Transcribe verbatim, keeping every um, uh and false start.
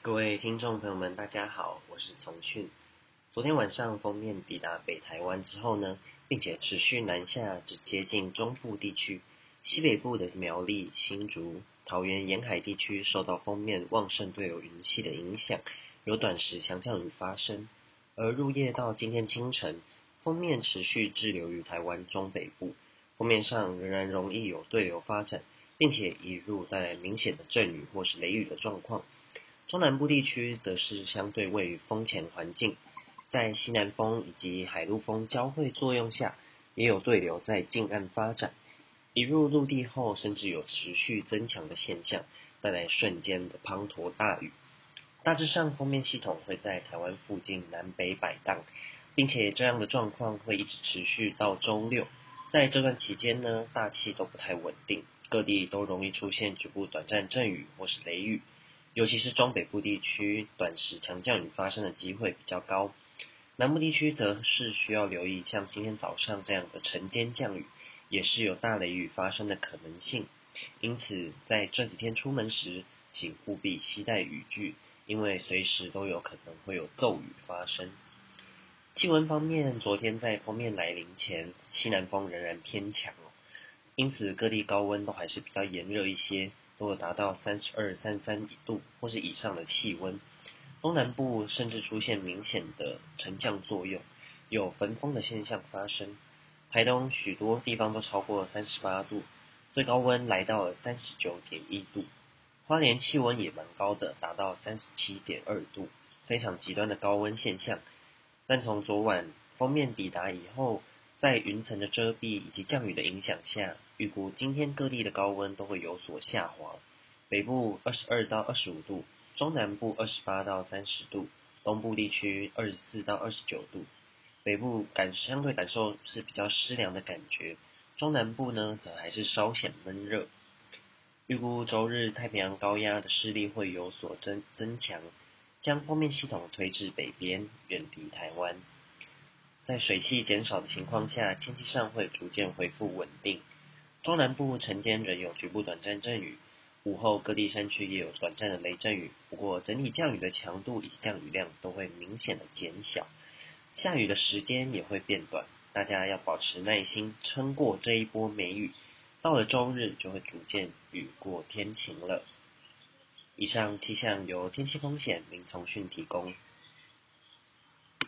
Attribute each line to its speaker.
Speaker 1: 各位听众朋友们，大家好，我是从讯。昨天晚上锋面抵达北台湾之后呢，并且持续南下，至接近中部地区。西北部的苗栗、新竹、桃园沿海地区受到锋面旺盛对流云系的影响，有短时强降雨发生。而入夜到今天清晨，锋面持续滞留于台湾中北部，锋面上仍然容易有对流发展，并且移入带来明显的阵雨或是雷雨的状况。中南部地区则是相对位于风前环境，在西南风以及海陆风交汇作用下，也有对流在近岸发展，一入陆地后，甚至有持续增强的现象，带来瞬间的滂沱大雨。大致上，锋面系统会在台湾附近南北摆荡，并且这样的状况会一直持续到周六。在这段期间呢，大气都不太稳定，各地都容易出现局部短暂阵雨或是雷雨。尤其是中北部地区，短时强降雨发生的机会比较高。南部地区则是需要留意像今天早上这样的晨间降雨，也是有大雷雨发生的可能性。因此，在这几天出门时，请务必携带雨具，因为随时都有可能会有骤雨发生。气温方面，昨天在锋面来临前，西南风仍然偏强哦，因此各地高温都还是比较炎热一些，都有达到三十二、三十三度或是以上的气温。东南部甚至出现明显的沉降作用，有焚风的现象发生。台东许多地方都超过三十八度，最高温来到了三十九点一度。花莲气温也蛮高的，达到三十七点二度，非常极端的高温现象。但从昨晚锋面抵达以后，在云层的遮蔽以及降雨的影响下，预估今天各地的高温都会有所下滑。北部二十二到二十五度，中南部二十八到三十度，东部地区二十四到二十九度。北部感相对感受是比较湿凉的感觉，中南部呢则还是稍显闷热。预估周日太平洋高压的势力会有所增增强，将锋面系统推至北边，远离台湾。在水汽减少的情况下，天气上会逐渐恢复稳定。中南部晨间仍有局部短暂阵雨，午后各地山区也有短暂的雷阵雨，不过整体降雨的强度以及降雨量都会明显的减小，下雨的时间也会变短，大家要保持耐心，撑过这一波梅雨。到了周日就会逐渐雨过天晴了。以上气象由天气风险林从讯提供。